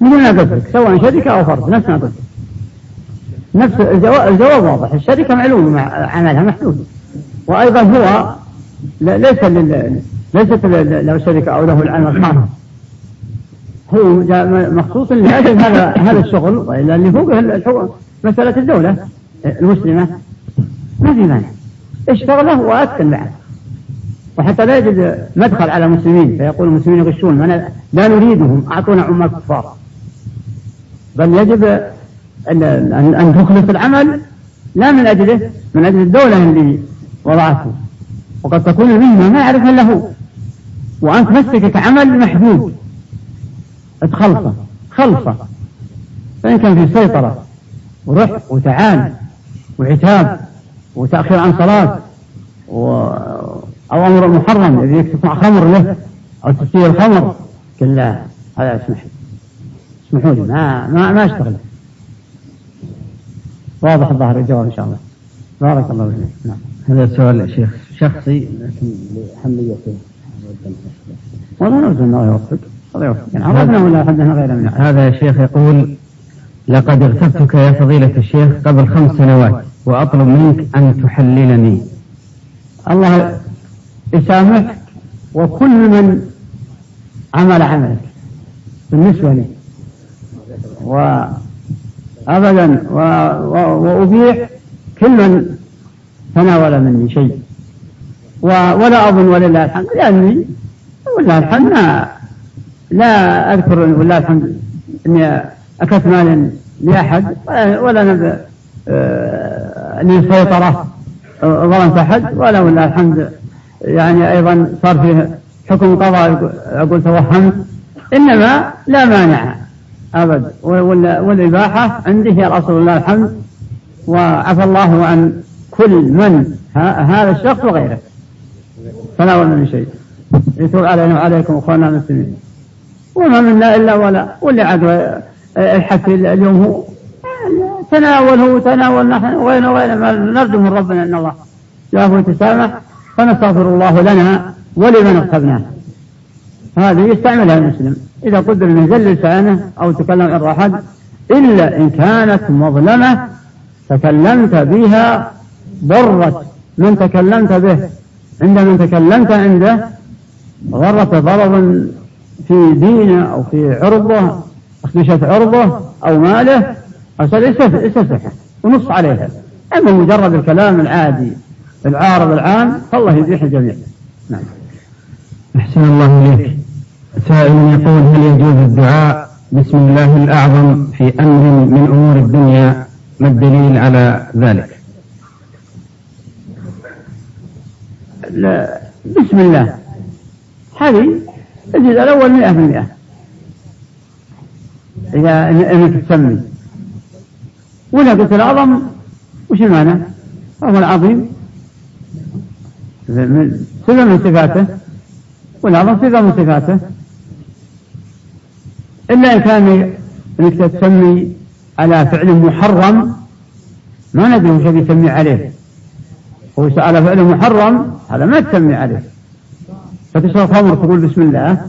مثل ما قلت لك سواء شركة أو فرد نفس ما قلت، نفس الجواب واضح. الشركة معلوم عملها محدود، وأيضا هو ليست له شركة أو له العمل خاص، هو مخصوص لأجل هذا الشغل، وإلا اللي فوقه مسألة الدولة المسلمة ما في مانع اشتغله وأسكن معه، وحتى لا يجد مدخل على المسلمين فيقول المسلمين يغشون، لا نريدهم أعطونا عمال كفار، بل يجب أن تخلص العمل لا من أجله، من أجل الدولة اللي وضعته. وقد تكون المهمة ما يعرف إلا هو، وأنت مسكك عمل محدود خلصة، فإن كان في سيطرة ورح وتعال وعتاب وتأخير عن صلاة أو أمر محرم إذا يكتب خمر له أو تسير الخمر كلا هذا اسمحوا لي ما أشتغل. واضح الظاهر الجواب إن شاء الله. بارك الله فيك. نعم. هذا سؤال يا شيخ شخصي لكن لحميته والله نرجو أنه يوفق الله يوفق. يعني عرفنا ولا حدنا غير من هذا يا شيخ يقول: لقد اغتبتك يا فضيلة الشيخ قبل 5 سنوات وأطلب منك أن تحللني. الله يسامحك وكل من عمل عملك بالنسبة لي، وأبدا وأبيح كل من تناول مني شيء، ولا أظن ولله الحمد، لأني ولله الحمد لا أذكر ولله الحمد أني أكلت مال لأحد ولا أني سيطرة ظلمت أحد، ولا ولله الحمد يعني أيضا صار فيه حكم قضاء أقول توهمت، إنما لا مانع أبد، والإباحة عندي هي الأصل ولله الحمد، وعفى الله عن كل من هذا الشخص وغيره تناول من شيء. يتوب علينا وعليكم أخوانا المسلمين، وما منا إلا واللي عاد الحكي اليوم هو تناول نحن وين ما نرجو من ربنا أن الله يعفو ويتسامح، فنستغفر الله لنا ولمن اغتبناه. هذه يستعملها المسلم إذا قدر من زل لسانه أو تكلم عن أحد، إلا إن كانت مظلمة تكلمت بها ضرت من تكلمت به، عند من تكلمت عنده ضرت ضرر في دينه أو في عرضه، أخدشت عرضه أو ماله، أصل استفحه ونص عليها. أما مجرد الكلام العادي العارض العام فالله يزيح الجميع. نعم. أحسن الله إليك. سائل يقول: هل يجوز الدعاء بسم الله الأعظم في أمر من أمور الدنيا؟ ما الدليل على ذلك؟ لا، بسم الله هذه الجزء الأول 100%. إذا أنك تسمي ولا قلت الأعظم وش المعنى؟ هو العظيم صفة من صفاته، والأعظم صفة من صفاته، إلا إن كان أنك تسمي على فعل محرم ما ندري وش يسمي عليه، هو على فعل محرم هذا ما تسمي عليه. فتشرب خمر تقول بسم الله،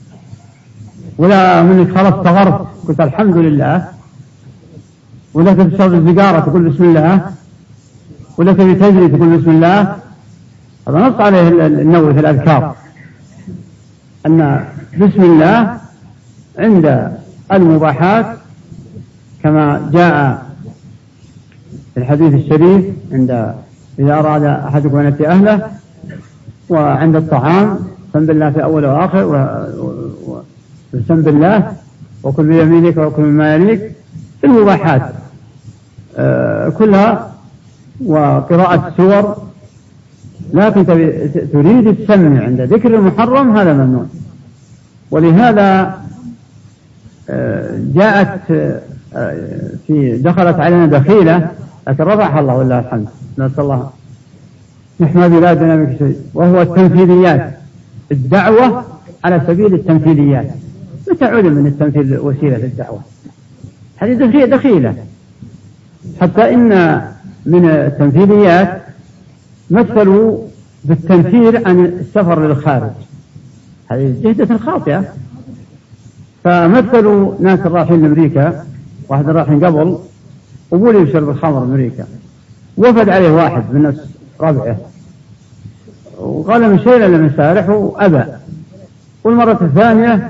ولا منك خلاص صغرت قلت الحمد لله، ولا تشرب السيجارة تقول بسم الله، ولا تبي تجري تقول بسم الله. هذا نص عليه النووي في الأذكار أن بسم الله عند المباحات كما جاء في الحديث الشريف عند إذا أراد أحدكم أن يأتي أهله، وعند الطعام سم بالله في أول وآخر، وسم بالله وكل بيمينك وكل مما يليك. في المباحات كلها وقراءة السور، لكن تريد السمع عند ذكر المحرم هذا ممنوع. ولهذا جاءت دخلت علينا دخيلة لكن رفعها الله والله الحمد، نسأل الله نحن بلادنا من شيء، وهو التنفيذيات، الدعوة على سبيل التنفيذيات. متى علم من التنفيذ وسيلة الدعوة؟ هذه دخيلة. حتى إن من التنفيذيات مثلوا بالتنفير عن السفر للخارج، هذه جهدة خاطئة. فمثلوا ناس رايحين لأمريكا، واحد رايحين قبل وقول يشرب الخمر أمريكا، وفد عليه واحد من نفس ربعه وقال من شيء لم يسارح وأبى، والمرة الثانية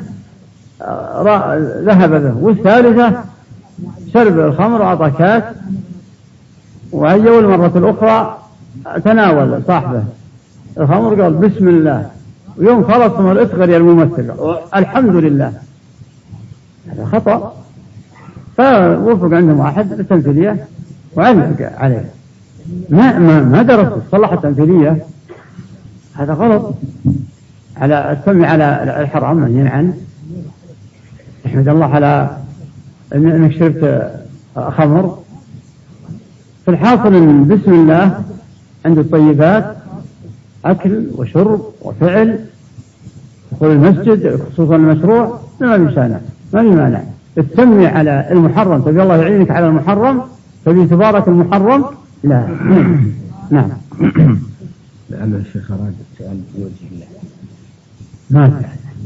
ذهب به، والثالثة شرب الخمر وأعطى كاس وهي، والمرة الأخرى تناول صاحبه الخمر قال بسم الله، ويوم خلص من الأصغر يا الممثل الحمد لله. هذا خطأ. فوفق عندهم واحد التمثيلية وعلق عليه، ما درس صلح التمثيلية، هذا غلط. على السمع على الحرام منهي عنه. احمد الله على انك شربت خمر. في الحاصل ان بسم الله عند الطيبات اكل وشرب وفعل، دخول المسجد خصوصا المشروع ما في مانع. التسمي على المحرم، تبي الله يعينك على المحرم، تبي تبارك المحرم، لا. نعم. لعل الشيخ أراد السؤال بوجه الله. ما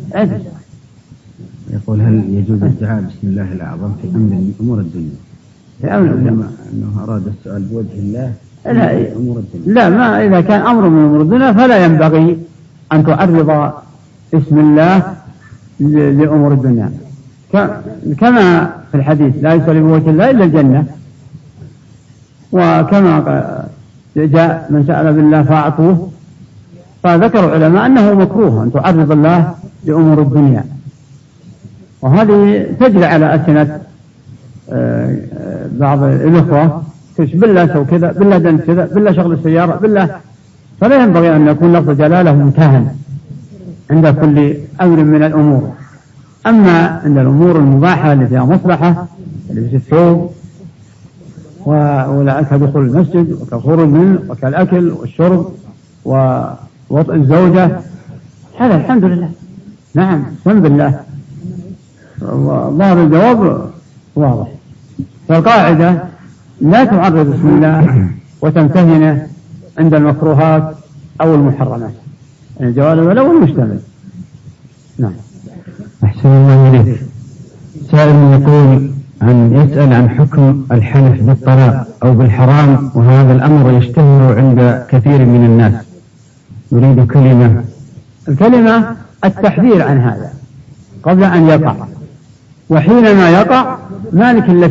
يقول هل يجوز الدعاء بسم الله الأعظم في أمر من أمور الدنيا؟ في أمر أنه أراد السؤال بوجه الله. لا أمور الدنيا. لا، ما إذا كان أمر من أمور الدنيا فلا ينبغي أن تعرض اسم الله لأمور الدنيا، كما في الحديث لا يصلي بوجه الله إلا الجنة، وكما جاء من سأل بالله فأعطوه. فذكر العلماء أنه مكروه أن تعرض الله لأمور الدنيا، وهذه تجري على ألسنة بعض الأخوة، بالله سو كذا، بالله دن كذا، بالله شغل السيارة، بالله. فلا ينبغي أن يكون لفظ جلاله منتهى عند كل أمر من الأمور. أما عند الأمور المباحة اللي فيها مصلحة، لبس الثوب وكدخول المسجد وكخروج منه وكالأكل والشرب ووطء الزوجة، هذا الحمد لله. نعم، سم بالله. ظاهر الجواب واضح. فالقاعدة لا تعرض بسم الله وتمتهنه عند المكروهات أو المحرمات، الجواب الأول المشتمل. نعم. أحسن الله إليك. سائل يقول يسأل عن حكم الحلف بالطلاق أو بالحرام، وهذا الأمر يشتهر عند كثير من الناس، يريد كلمة. الكلمة التحذير عن هذا قبل أن يقع، وحينما يقع مالك إلا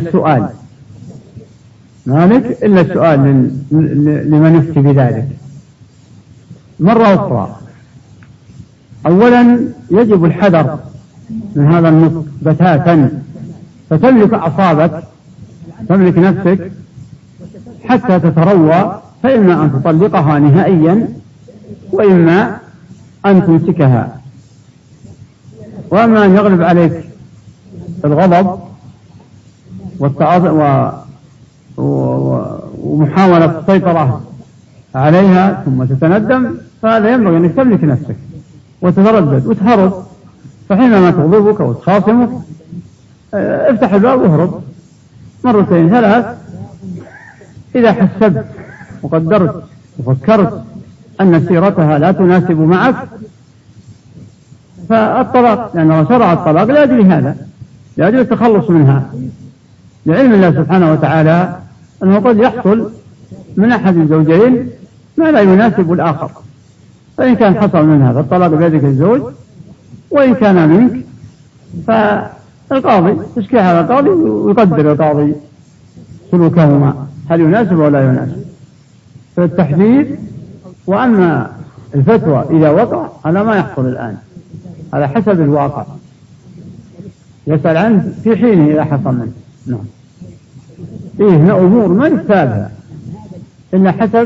السؤال لمن يفتي بذلك. مرة أخرى، أولا يجب الحذر من هذا النطق بتاتا، فتملك أعصابك، تملك نفسك حتى تتروى، فإما أن تطلقها نهائيا وإما أن تمسكها. وأما أن يغلب عليك الغضب ومحاولة السيطرة عليها ثم تتندم، فهذا ينبغي أن تملك نفسك وتتردد وتهرب. فحينما تغضبك وتخاصمك افتح الباب واهرب مرتين ثلاث. إذا حسبت وقدرت وفكرت أن سيرتها لا تناسب معك فالطلاق، لأنه شرع الطلاق لأجل هذا، لأجل التخلص منها، لعلم الله سبحانه وتعالى أنه قد يحصل من أحد الزوجين ما لا يناسب الآخر، فإن كان حصل من هذا الطلاق بيدك الزوج، وإن كان منك فالقاضي تشكي على القاضي ويقدر القاضي سلوكهما هل يناسب ولا يناسب. فالتحديد. وأما الفتوى إذا وقع على ما يحصل الآن، على حسب الواقع يسأل عنه في حينه إذا حصل منه. نعم. أمور ما يحسابها إلا حسب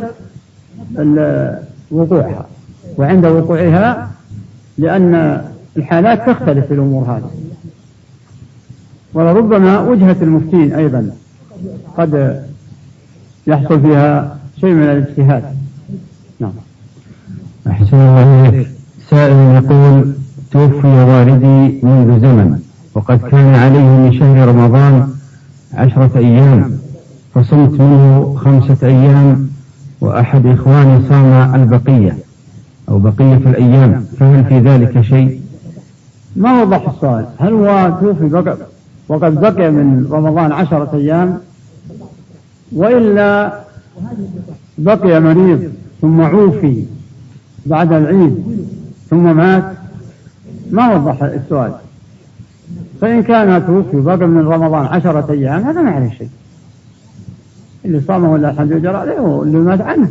وقوعها وعند وقوعها، لأن الحالات تختلف في الأمور هذه، ولربما وجهة المفتين أيضا قد يحصل فيها شيء من الاجتهاد. نعم. أحسن الله إليك. سائل يقول توفي والدي منذ زمن، وقد كان عليه من شهر رمضان 10 أيام، فصمت منه 5 أيام، وأحد إخواني صام البقية أو بقية الأيام، فهل في ذلك شيء؟ ما وضح السؤال. هل هو توفي وقد بقي من رمضان 10 أيام، وإلا بقي مريض ثم عوفي بعد العيد ثم مات؟ ما وضح السؤال. فإن كان توفي بقي من رمضان 10 أيام هذا ما عليه شيء، اللي صامه ولا الحمد لله عليه، واللي مات عنه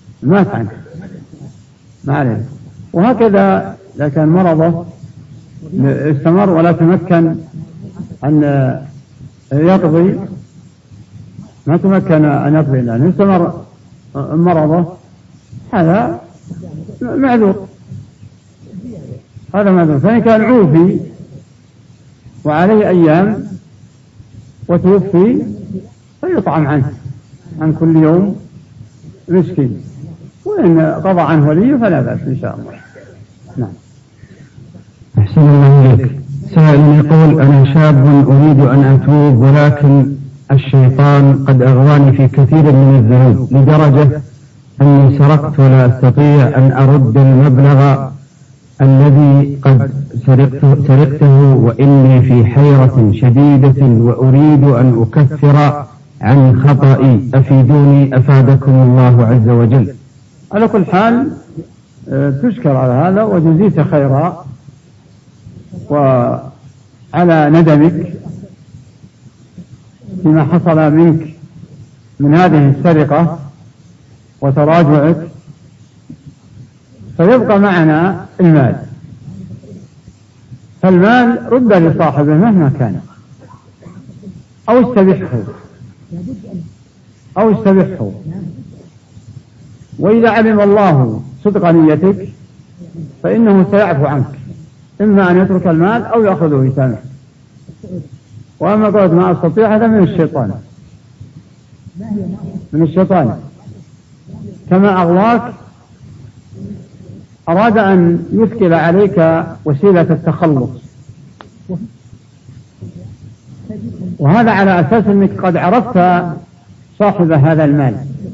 ما عليه. وهكذا إذا كان مرضه استمر ولا تمكن أن يقضي، ما تمكن أن يقضي لأنه استمر مرضه، هذا معذور. فإن كان عوفي وعليه أيام وتوفي فيطعم عنه عن كل يوم مسكين، وإن قضى عنه وليه فلا بأس إن شاء الله. نعم. أحسن الله إليك. سائل يقول: أنا شاب أريد أن أتوب، ولكن الشيطان قد أغواني في كثير من الذنوب لدرجة أني سرقت ولا أستطيع أن أرد المبلغ الذي قد سرقته، وإني في حيرة شديدة وأريد أن أكفر عن خطئي، أفيدوني أفادكم الله عز وجل. على كل حال تشكر على هذا وجزيت خيرا، وعلى ندمك فيما حصل منك من هذه السرقة وتراجعك، فيبقى معنا المال. فالمال رد لصاحبه مهما كان، أو استبحه. وإذا علم الله صدق نيتك فإنه سيعفو عنك، إما أن يترك المال أو يأخذه ويسامح. وأما قلت ما أستطيع هذا من الشيطان كما أغواك، أراد أن يثقل عليك وسيلة التخلص، وهذا على أساس أنك قد عرفت صاحب هذا المال.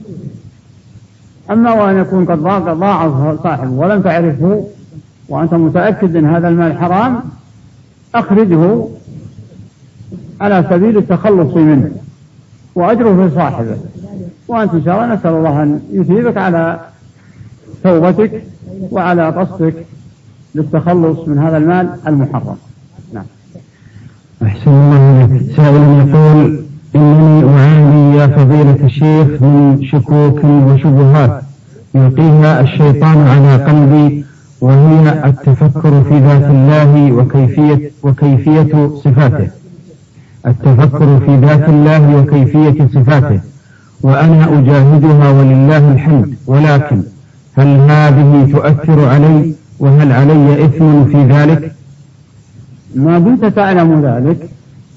أما وأن يكون قد ضاع صاحبه ولم تعرفه وأنت متأكد أن هذا المال حرام، أخرجه على سبيل التخلص منه وأجره في صاحبه، وأنت إن شاء الله نسأل الله أن يثيبك على توبتك وعلى قصدك للتخلص من هذا المال المحرم. نعم. أحسن الله إليك. سائل يقول: إنني أعاني يا فضيلة الشيخ من شكوك وشبهات يلقيها الشيطان على قلبي، وهي التفكر في ذات الله وكيفية صفاته. التفكر في ذات الله وكيفية صفاته، وأنا أجاهدها ولله الحمد، ولكن هل هذه تؤثر علي؟ وهل علي إثم في ذلك؟ ما دمت تعلم ذلك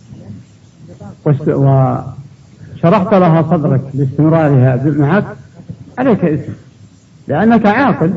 وشرحت لها صدرك لاستمرارها معك، عليك إثم، لأنك عاقل.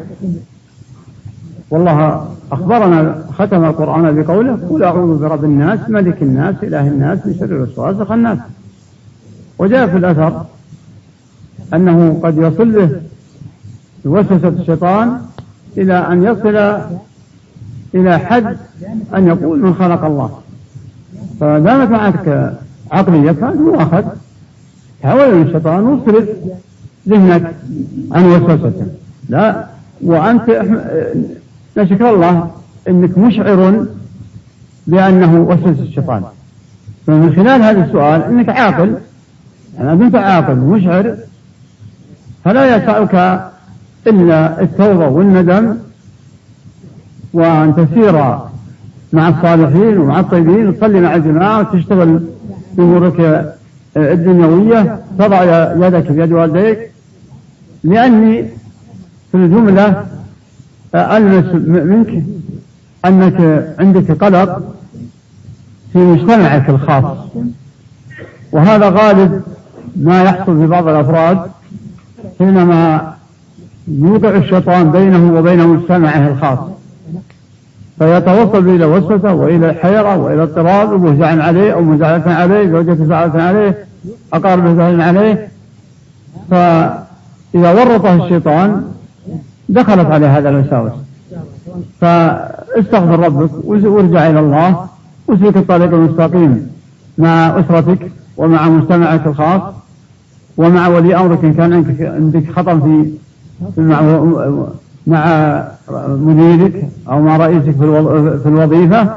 والله أخبرنا ختم القرآن بقوله: قل أعوذ برب الناس ملك الناس إله الناس من شر الوسواس الخناس. وجاء في الأثر أنه قد يصل له وسوسة الشيطان إلى أن يصل إلى حد أن يقول من خلق الله. فدامت معك عقلية فأنت مؤاخذ، حاول الشيطان واصرف ذهنك عن وسوسته. لا، وأنت نشكر الله أنك مشعر بأنه وسوس الشيطان. فمن خلال هذا السؤال أنك عاقل، يعني أنت عاقل مشعر، فلا يسعك إلا التوبة والندم، وأن تسير مع الصالحين ومع الطيبين، وتصلي مع الجماعة، وتشتغل بأمورك الدنيوية، تضع يدك بيد والديك. لأني في الجملة ألمس منك أنك عندك قلق في مجتمعك الخاص، وهذا غالب ما يحصل في بعض الأفراد حينما يوقع الشيطان بينه وبين مجتمعه الخاص، فيتوصل إلى وسوسة وإلى حيرة وإلى اضطراب، أبوه زعل عليه أو مزعلة عليه، زوجته زعلت عليه، أقاربه زعلن عليه. فإذا ورطه الشيطان دخلت عليه هذا الوساوس، فاستغفر ربك وارجع إلى الله واسلك الطريق المستقيم مع أسرتك ومع مجتمعك الخاص ومع ولي أمرك إن كان عندك خطأ مع مديرك أو مع رئيسك في الوظيفة،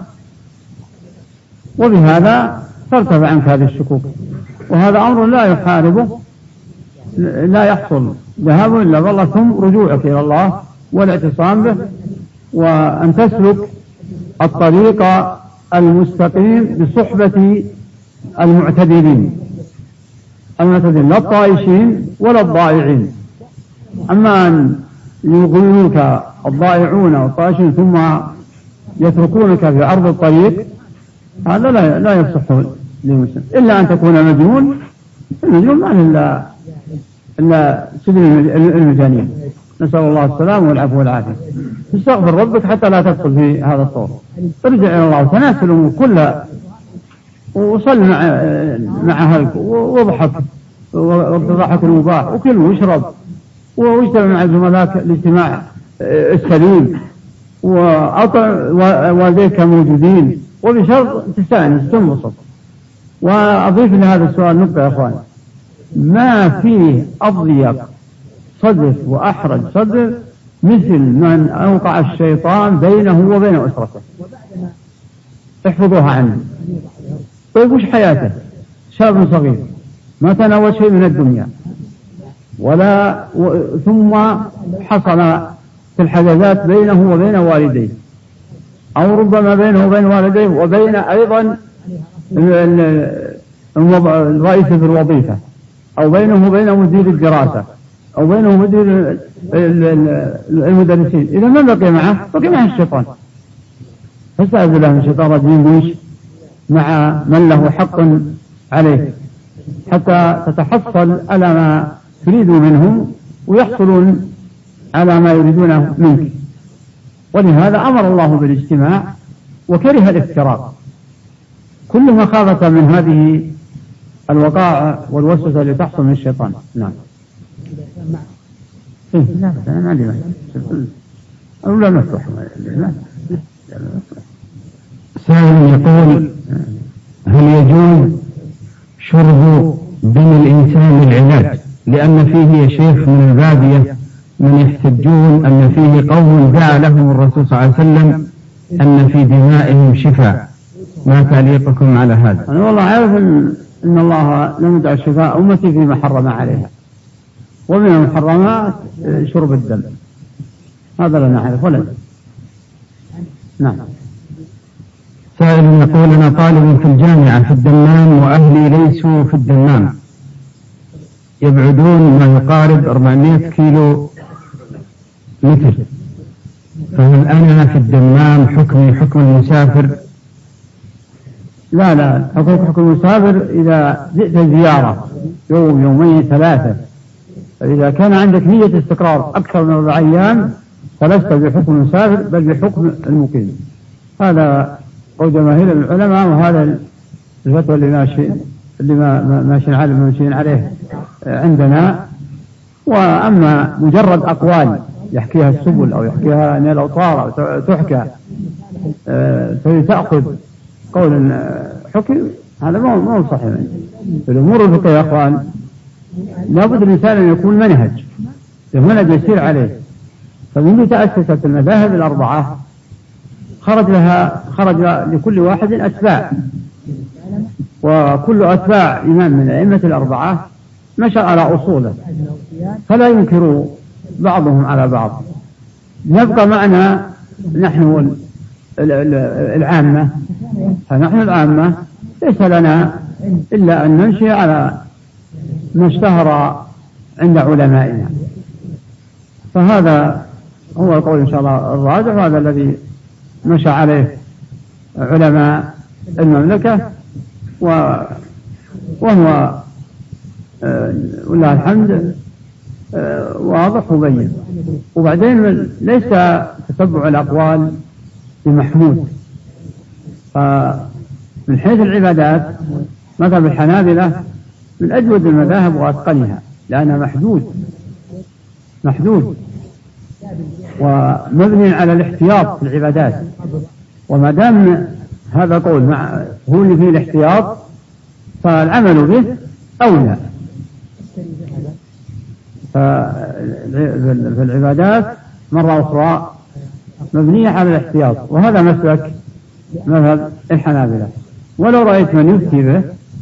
وبهذا ترتفع عنك هذه الشكوك. وهذا أمر لا يحاربه، لا يحصل ذهاب إلا والله، ثم رجوعك إلى الله والاعتصام به، وأن تسلك الطريق المستقيم بصحبة المعتدلين لا الطائشين ولا الضائعين. أما أن يغويوك الضائعون والطائشين ثم يتركونك في عرض الطريق، هذا لا يصح للمسلم، إلا أن تكون مجنون. المجنون ما إلا سبيل المجانين، نسأل الله السلام والعفو والعافية. استغفر ربك حتى لا تدخل في هذا الطور، ارجع إلى الله وتناسل الأمور كلها، وصل مع أهلك واضحك وضحك المباح، وكل واشرب واجتمع مع زملائك الاجتماع السليم، وأطع والديك موجودين، وبشرط تستأنس تنبسط. وأضيف لهذا السؤال نقطة يا أخوان، ما فيه أضيق صدر وأحرج صدر مثل من أوقع الشيطان بينه وبين أسرته. احفظوها عنه. طيب وش حياته؟ شاب صغير ما تناول شيء من الدنيا ثم حصل في الحدثات بينه وبين والديه، أو ربما بينه وبين والديه وبين أيضا الرئيس في الوظيفة، أو بينه وبين مدير الدراسة، أو بينه مدير المدرسين. إذا ما بقي معه الشيطان. فاستعذ بالله من الشيطان الرجيم مع من له حق عليه، حتى تتحصل على ما تريدوا منهم ويحصلون على ما يريدونه منك. ولهذا أمر الله بالاجتماع وكره الافتراق. كل مخافة من هذه الوقائع والوسوسة اللي تحصل من الشيطان. نعم. لا أنا ما عندي أو لا مفتوح. سائل يقول: هل يجوز شرب دم الإنسان للعلاج؟ لأن فيه يا شيخ من البادية من يحتجون أن فيه قوم دعا لهم الرسول صلى الله عليه وسلم أن في دمائهم شفاء. ما تعليقكم على هذا؟ أنا والله عارف أن الله لم يدع الشفاء أمتي فيما حرم عليها، ومن المحرمات شرب الدم، هذا لا نعرف ولا. نعم. سائل يقول: أنا طالب في الجامعة في الدمام وأهلي ليسوا في الدمام، يبعدون ما يقارب 400 كيلو متر، فهل أنا في الدمام حكمي حكم المسافر؟ لا حكم المسافر إذا جئت زيارة يوم يومين ثلاثة، فإذا كان عندك نية استقرار أكثر من 4 أيام فلست بحكم المسافر بل بحكم المقيم. هذا قول جماهير العلماء، وهذا الفتوى اللي ماشيين عليه عندنا. وأما مجرد أقوال يحكيها السبل أو يحكيها نيل الأوطار أو تحكى تأخذ قول حكم، هذا ما هو صحيح. في الأمور الفقهية يا أخوان لابد الإنسان أن يكون منهج يسير عليه. فمنذ تأسست المذاهب الأربعة خرج لكل واحد أتباع، وكل أتباع إمام من الأئمة الأربعة مشى على أصوله، فلا ينكر بعضهم على بعض. نبقى معنا نحن العامة، فنحن العامة ليس لنا إلا أن نمشي على ما اشتهر عند علمائنا. فهذا هو القول إن شاء الله الراجح، وهذا الذي مشى عليه علماء المملكة، وهو والله الحمد واضح وبين. وبعدين ليس تتبع الأقوال بمحمود. فمن حيث العبادات مذهب الحنابلة من أجود المذاهب وأتقنها، لأنها محدود. ومبني على الاحتياط في العبادات. وما دام هذا قول هو اللي فيه الاحتياط فالعمل به أولى. فالعبادات مرة أخرى مبنية على الاحتياط، وهذا مسلك مذهب الحنابلة. ولو رأيت من يفتي به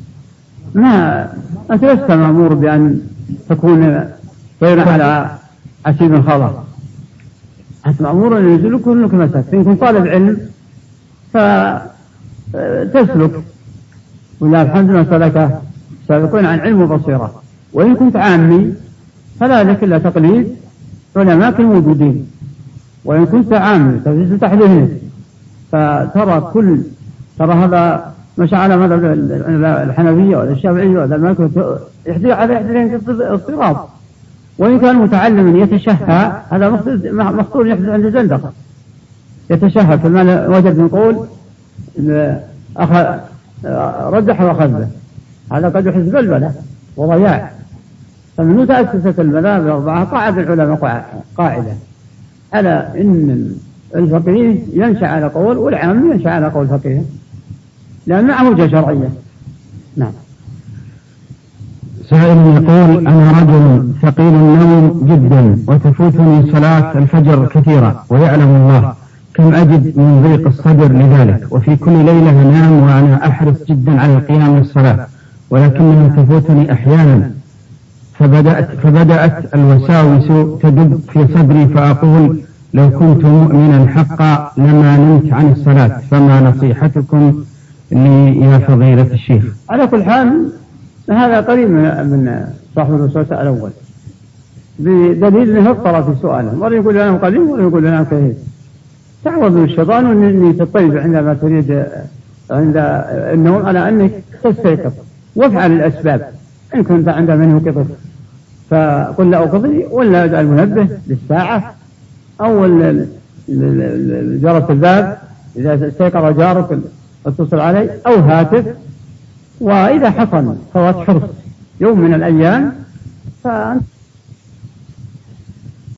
أنت لست مأمور بأن تكون طيرا على عشيب الخضر، أنت مأمور أن ينزلك كلك مسك. فإن كنت طالب علم فتسلك، ولا الحمد لله سلك سابقون عن علم وبصيرة. وإن كنت عامي فلا لك إلا تقليد علماء الموجودين. وإن كنت عامي تجلس تحدث فترى هذا مشى على مذهب الحنفية ولا الشافعية ولا المالكية يحدث على يحدثين الصراط. وإن كان متعلما يتشهى هذا مقصود يحدث عند الزندقة، يتشهى كما وجد نقول رجح وأخذ، هذا قد يحدث بلبلة وضياع. فمن تأسست المذاهب الأربعة قاعدة العلماء قاعدة على إن الفقيه ينشأ على قول والعام ينشأ على قول فقيه، لأن معه وجه شرعية. نعم. سائل يقول: أنا رجل ثقيل النوم جدا وتفوتني صلاة الفجر كثيرا، ويعلم الله كم أجد من ضيق الصدر لذلك، وفي كل ليلة أنام وأنا أحرص جدا على القيام للصلاة، ولكنها تفوتني أحيانا. فبدأت الوساوس تدب في صدري، فأقول لو كنت مؤمنا حقا لما نمت عن الصلاة، فما نصيحتكم لي يا فضيلة الشيخ؟ على كل حال هذا قريب من صاحب الوسوسة الأول، بدليل أنه اضطر في سؤاله، مرة يقول أنا قليل ولا يقول أنا كثير. تعوذ من الشيطان أني تطيب عندما تريد عند النوم على أنك تستيقظ، وافعل الأسباب. إن كنت عند من يوقظك فقل له أوقظني، ولا اجعل المنبه للساعة أو جرس الباب إذا استيقظ جارك اتصل عليه، أو هاتف. وإذا حصل فوات حرص يوم من الأيام فأنت